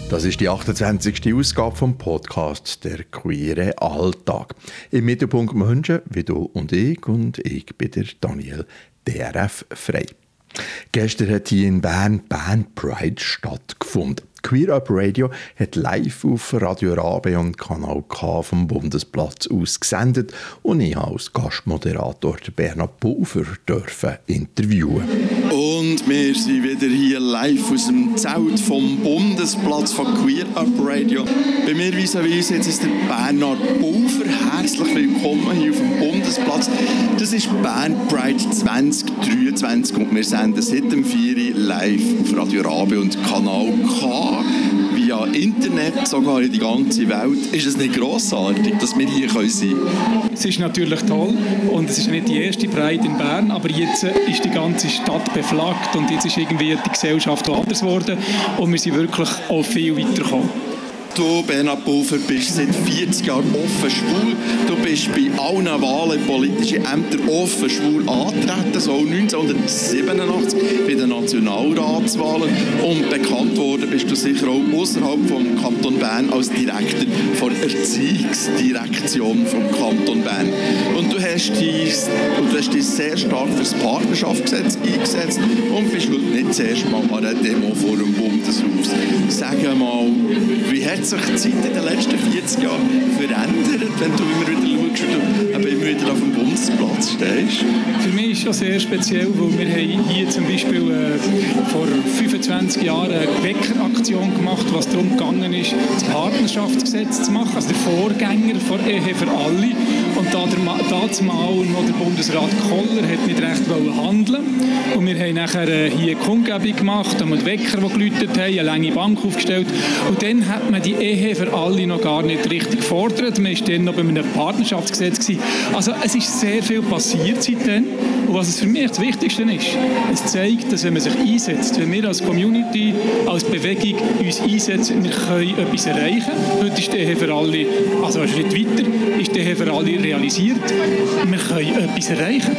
Das ist die 28. Ausgabe vom Podcast «Der queere Alltag». Im Mittelpunkt Menschen wie du und ich bin der Daniel DRF Frei. Gestern hat hier in Bern Band Pride stattgefunden. Queer Up Radio hat live auf Radio Rabe und Kanal K vom Bundesplatz aus gesendet und ich habe als Gastmoderator Bernhard Pulver interviewen. Und wir sind wieder hier live aus dem Zelt vom Bundesplatz von Queer Up Radio. Bei mir vis-à-vis jetzt ist der Bernhard Pulver. Herzlich willkommen hier auf dem Bundesplatz. Das ist Band Pride 2023 und wir senden seit dem 4 live auf Radio Rabe und Kanal K. Via Internet, sogar in die ganze Welt. Ist es nicht grossartig, dass wir hier sein können? Es ist natürlich toll und es ist nicht die erste Pride in Bern, aber jetzt ist die ganze Stadt beflaggt und jetzt ist irgendwie die Gesellschaft anders geworden und wir sind wirklich auch viel weitergekommen. Du, Bernhard Pulver, bist seit 40 Jahren offen schwul. Du bist bei allen Wahlen in politischen Ämtern offen schwul angetreten, so 1987 bei den Nationalratswahlen. Und bekannt worden bist du sicher auch außerhalb vom Kanton Bern als Direktor der Erziehungsdirektion vom Kanton Bern. Und du hast dich sehr stark für das Partnerschaftsgesetz eingesetzt und bist heute nicht das erste Mal an einer Demo vor dem Bundeshaus. Sag mal, wie hat sich die Zeit in den letzten 40 Jahren verändert, wenn du immer wieder schaust und du immer wieder auf dem Bundesplatz stehst? Für mich ist das sehr speziell, weil wir haben hier zum Beispiel vor 25 Jahren eine Weckeraktion gemacht, was darum gegangen ist, das Partnerschaftsgesetz zu machen, also der Vorgänger von Ehe für alle. Und damals noch der Bundesrat Koller hat nicht recht handeln. Und wir haben nachher hier eine Kundgebung gemacht, haben einen Wecker, der geläutet hat, eine lange Bank aufgestellt. Und dann hat man die Ehe für alle noch gar nicht richtig gefordert. Man war dann noch bei einem Partnerschaftsgesetz gewesen. Also es ist sehr viel passiert seitdem. Und was es für mich das Wichtigste ist, es zeigt, dass wenn man sich einsetzt, wenn wir als Community, als Bewegung uns einsetzen, wir können etwas erreichen. Heute ist die Ehe für alle, also ein Schritt weiter, ist die Ehe für alle realisiert. Wir können etwas erreichen.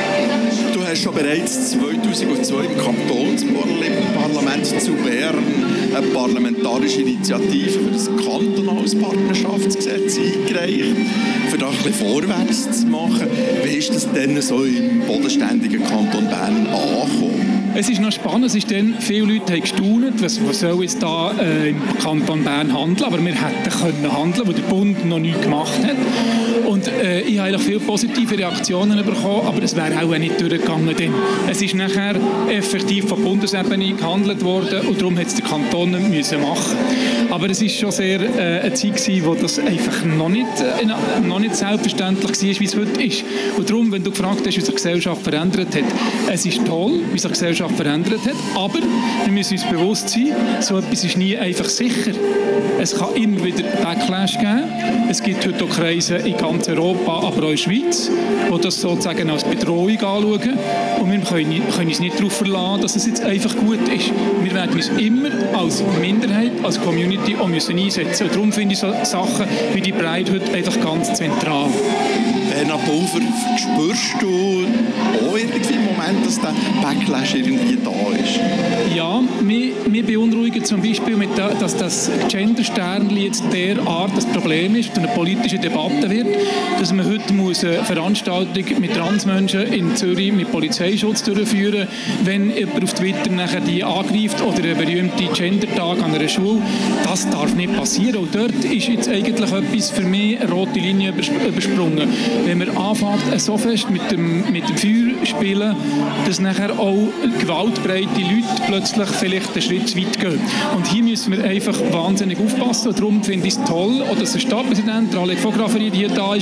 Du hast schon bereits 2002 im Kantonsparlament zu Bern eine parlamentarische Initiative für das kantonales Partnerschaftsgesetz eingereicht, für da ein bisschen vorwärts zu machen. Wie ist das denn so im bodenständigen Kanton Bern angekommen? Es ist noch spannend, es ist dann, viele Leute haben gestaunt, was soll jetzt da im Kanton Bern handeln, aber wir hätten können handeln, weil der Bund noch nichts gemacht hat. Und ich habe eigentlich viele positive Reaktionen bekommen, aber es wäre auch nicht durchgegangen, denn es ist nachher effektiv von Bundesebene gehandelt worden und darum hat es der Kanton nicht müssen machen. Aber es war schon sehr eine Zeit gewesen, wo das einfach noch nicht selbstverständlich war, wie es heute ist. Und darum, wenn du gefragt hast, wie sich die Gesellschaft verändert hat, es ist toll, wie sich die Gesellschaft verändert hat, aber wir müssen uns bewusst sein, so etwas ist nie einfach sicher. Es kann immer wieder Backlash geben. Es gibt heute auch Kreise in ganz Europa, aber auch in der Schweiz, die das sozusagen als Bedrohung anschauen. Und wir können uns nicht darauf verlassen, dass es jetzt einfach gut ist. Wir werden uns immer als Minderheit, als Community auch müssen einsetzen. Und darum finde ich so Sachen wie die Pride heute einfach ganz zentral. Bernhard Pulver, spürst du auch irgendwie im Moment, dass der Backlash irgendwie da ist? Ja, mich beunruhigt zum Beispiel, dass das Gender-Sternchen jetzt derart das Problem ist, eine politische Debatte wird, dass man heute eine Veranstaltung mit Transmenschen in Zürich mit Polizeischutz durchführen muss, wenn jemand auf Twitter nachher die angreift oder einen berühmten Gender-Tag an einer Schule. Das darf nicht passieren. Und dort ist jetzt eigentlich etwas für mich eine rote Linie übersprungen. Wenn man anfängt, so fest mit dem Feuer spielen, dass nachher auch gewaltbereite Leute plötzlich vielleicht einen Schritt zu weit gehen. Und hier müssen wir einfach wahnsinnig aufpassen. Und darum finde ich es toll, dass der Stadtpräsident, der Alec Vograferi, hier da war,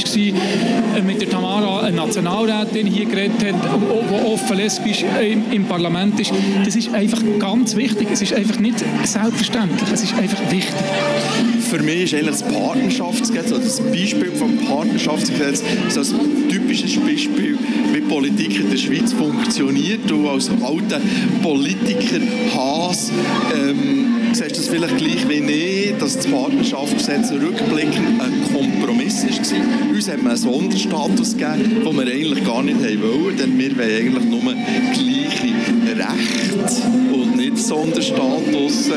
mit der Tamara, eine Nationalrätin, hier geredet hat, die offen lesbisch im Parlament ist. Das ist einfach ganz wichtig. Es ist einfach nicht selbstverständlich. Es ist einfach wichtig. Für mich ist eigentlich das Partnerschaftsgesetz, oder das Beispiel vom Partnerschaftsgesetz, so ein typisches Beispiel, wie Politik in der Schweiz funktioniert. Du als alter Politiker Haas siehst du das vielleicht gleich wie ich, dass das Partnerschaftsgesetz rückblickend ein Kompromiss war. Uns hat man einen Sonderstatus gegeben, den wir eigentlich gar nicht wollen, denn wir wollen eigentlich nur gleiche Rechte und nicht Sonderstatus.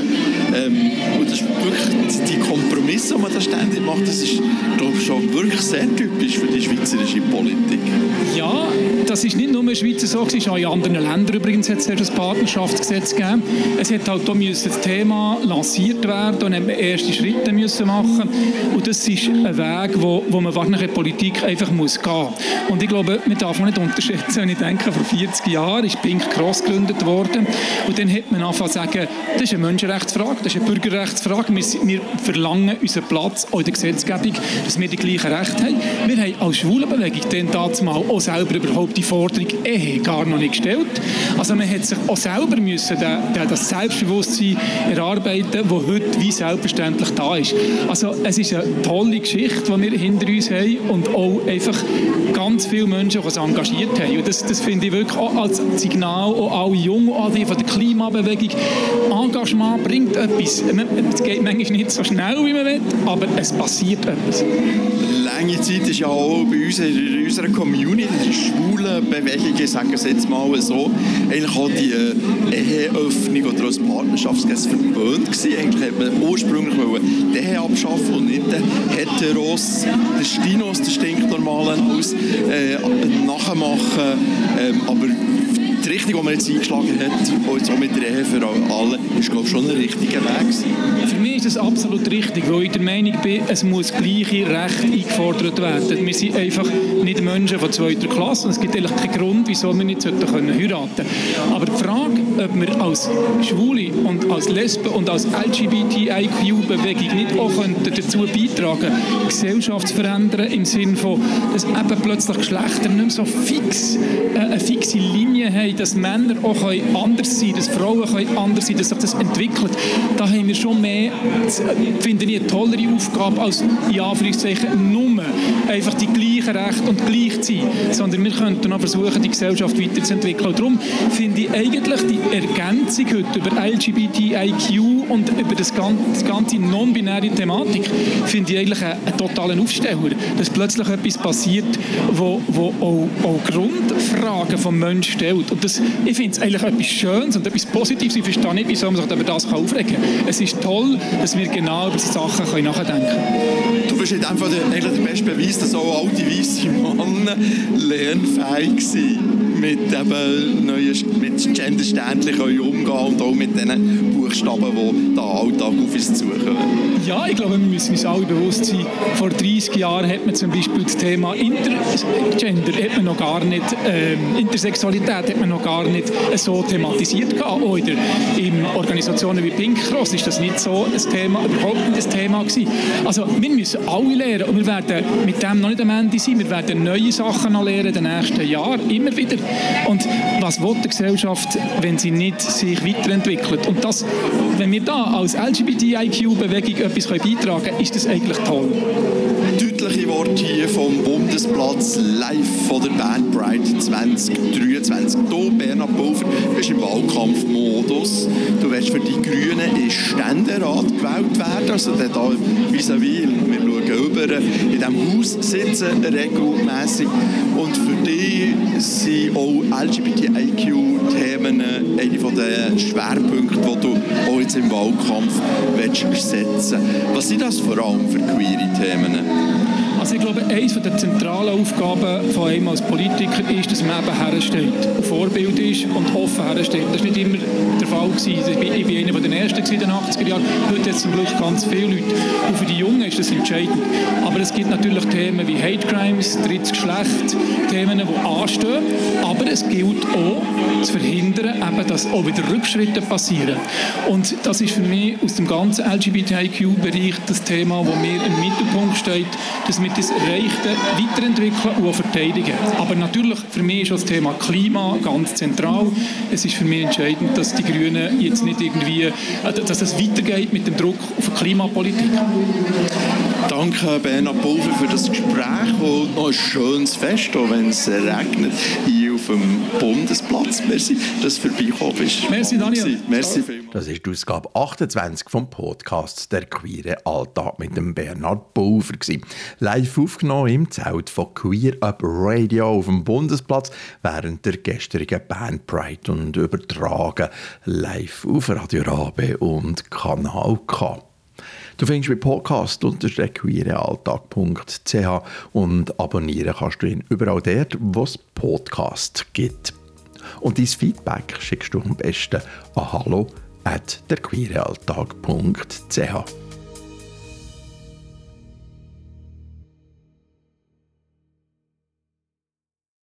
Und das ist wirklich die Kompromisse, die man da ständig macht, das ist, glaube ich, schon wirklich sehr typisch für die schweizerische Politik. Ja, das ist nicht nur in der Schweiz so, es ist auch in anderen Ländern übrigens hat es ein Partnerschaftsgesetz gegeben. Es hat halt auch das Thema lanciert werden und hat man erste Schritte müssen machen. Und das ist ein Weg, wo man wahrscheinlich in der Politik einfach gehen muss. Und ich glaube, man darf man nicht unterschätzen, wenn ich denke, vor 40 Jahren ist Pink Cross gegründet worden und dann hat man angefangen zu sagen, das ist eine Menschenrechtsfrage, das ist eine Bürgerrechtsfrage, wir verlangen unseren Platz auch in der Gesetzgebung, dass wir die gleichen Rechte haben. Wir haben als Schwulenbewegung dann damals auch selber überhaupt die Forderung Ehe gar noch nicht gestellt. Also man hat sich auch selber müssen das Selbstbewusstsein erarbeiten, das heute wie selbstverständlich da ist. Also es ist eine tolle Geschichte, die wir hinter uns haben und auch einfach ganz viele Menschen, die sich engagiert haben. Und das finde ich wirklich auch als Signal, auch alle Jungen, auch die von der Klimabewegung. Engagement bringt etwas. Es geht manchmal nicht so schnell, wie man will, aber es passiert etwas. Lange Zeit ist ja auch bei uns in unserer Community, die schwulen Bewegungen, sagen wir es jetzt mal so, eigentlich auch die Eheöffnung oder das Partnerschaftsgesetz verböhnt gewesen. Eigentlich hat man ursprünglich die Ehe abschaffen und nicht den Heteros, den Stinos, den stinknormalen aus nachmachen. Aber die Richtung, die man jetzt eingeschlagen hat, und jetzt auch mit der Ehe für alle, ist, glaube ich, schon ein richtiger Weg gewesen. Für mich ist das absolut richtig, weil ich der Meinung bin, es muss gleiche Rechte eingefordert werden. Wir sind einfach nicht Menschen von zweiter Klasse und es gibt eigentlich keinen Grund, wieso wir nicht heiraten können. Aber die Frage, ob wir als Schwule und als Lesben und als LGBTIQ-Bewegung nicht auch dazu beitragen können, die Gesellschaft zu verändern, im Sinne von, dass eben plötzlich Geschlechter nicht mehr so fix eine fixe Linie haben, dass Männer auch anders sein können, dass Frauen anders sein können, dass sich das entwickelt. Da haben wir schon mehr, finde ich, eine tollere Aufgabe als, in Anführungszeichen, nur einfach die gleichen Rechte und gleich zu sein, sondern wir könnten auch versuchen, die Gesellschaft weiterzuentwickeln. Und darum finde ich eigentlich die Ergänzung heute über LGBTIQ und über das ganze non-binäre Thematik, finde ich eigentlich einen totalen Aufsteller, dass plötzlich etwas passiert, wo auch Grundfragen vom Menschen stellt. Und ich finde es eigentlich etwas Schönes und etwas Positives. Ich verstehe nicht, wieso man sich über das aufregen kann. Es ist toll, dass wir genau über diese Sachen nachdenken können. Du bist in dem Fall eigentlich der beste Beweis, dass auch alte weisse Männer lernfähig sind, mit Genderständchen umgehen und auch mit diesen Buchstaben, die da Alltag auf uns zukommen. Ja, ich glaube, wir müssen uns alle bewusst sein, vor 30 Jahren hat man zum Beispiel das Thema Intergender, hat man noch gar nicht, Intersexualität hat man noch gar nicht so thematisiert gehabt. Oder in Organisationen wie Pink Cross ist das nicht so ein Thema, überhaupt nicht ein Thema gewesen. Also wir müssen alle lernen und wir werden mit dem noch nicht am Ende sein, wir werden neue Sachen noch lernen in den nächsten Jahren, immer wieder. Und was will die Gesellschaft, wenn sie nicht sich weiterentwickelt? Und das, wenn wir da als LGBTIQ-Bewegung etwas beitragen können, ist das eigentlich toll. Deutliche Worte hier vom Bundesplatz live von der Bern Pride 2023. Du, Bernhard Pulver, bist im Wahlkampfmodus. Du wirst für die Grünen in Ständerat gewählt werden. Also da vis-à-vis, wir schauen über, in diesem Haus sitzen regelmässig. Und für dich sind auch LGBTIQ-Themen eine der Schwerpunkte, die du auch jetzt im Wahlkampf setzen willst. Was sind das vor allem für queere Themen? Also ich glaube, eine der zentralen Aufgaben von einem als Politiker ist, dass man eben herstellt, Vorbild ist und offen herstellt. Das war nicht immer der Fall gewesen. Ich bin einer der Ersten in den 80er Jahren. Heute hat es zum Glück ganz viele Leute. Und für die Jungen ist das entscheidend. Aber es gibt natürlich Themen wie Hate Crimes, drittes Geschlecht, Themen, die anstehen. Aber es gilt auch zu verhindern, eben, dass auch wieder Rückschritte passieren. Und das ist für mich aus dem ganzen LGBTIQ-Bereich das Thema, das mir im Mittelpunkt steht, dass wir das Erreichte weiterentwickeln und auch verteidigen. Aber natürlich, für mich ist das Thema Klima ganz zentral. Es ist für mich entscheidend, dass die Grünen jetzt nicht irgendwie, dass es weitergeht mit dem Druck auf die Klimapolitik. Danke, Bernhard Pulver, für das Gespräch und noch ein schönes Fest, auch wenn es regnet, hier auf auf dem Bundesplatz. Merci, dass du vorbeigekommen bist. Merci, Daniel. Merci vielmals. Das ist die Ausgabe 28 vom Podcast «Der queere Alltag» mit dem Bernhard Pulver. Live aufgenommen im Zelt von Queer Up Radio auf dem Bundesplatz während der gestrigen Band Pride und übertragen live auf Radio Rabe und Kanal K. Du findest meinen Podcast unter queerealltag.ch und abonnieren kannst du ihn überall dort, wo es Podcasts gibt. Und dein Feedback schickst du am besten an hallo@derqueerealltag.ch.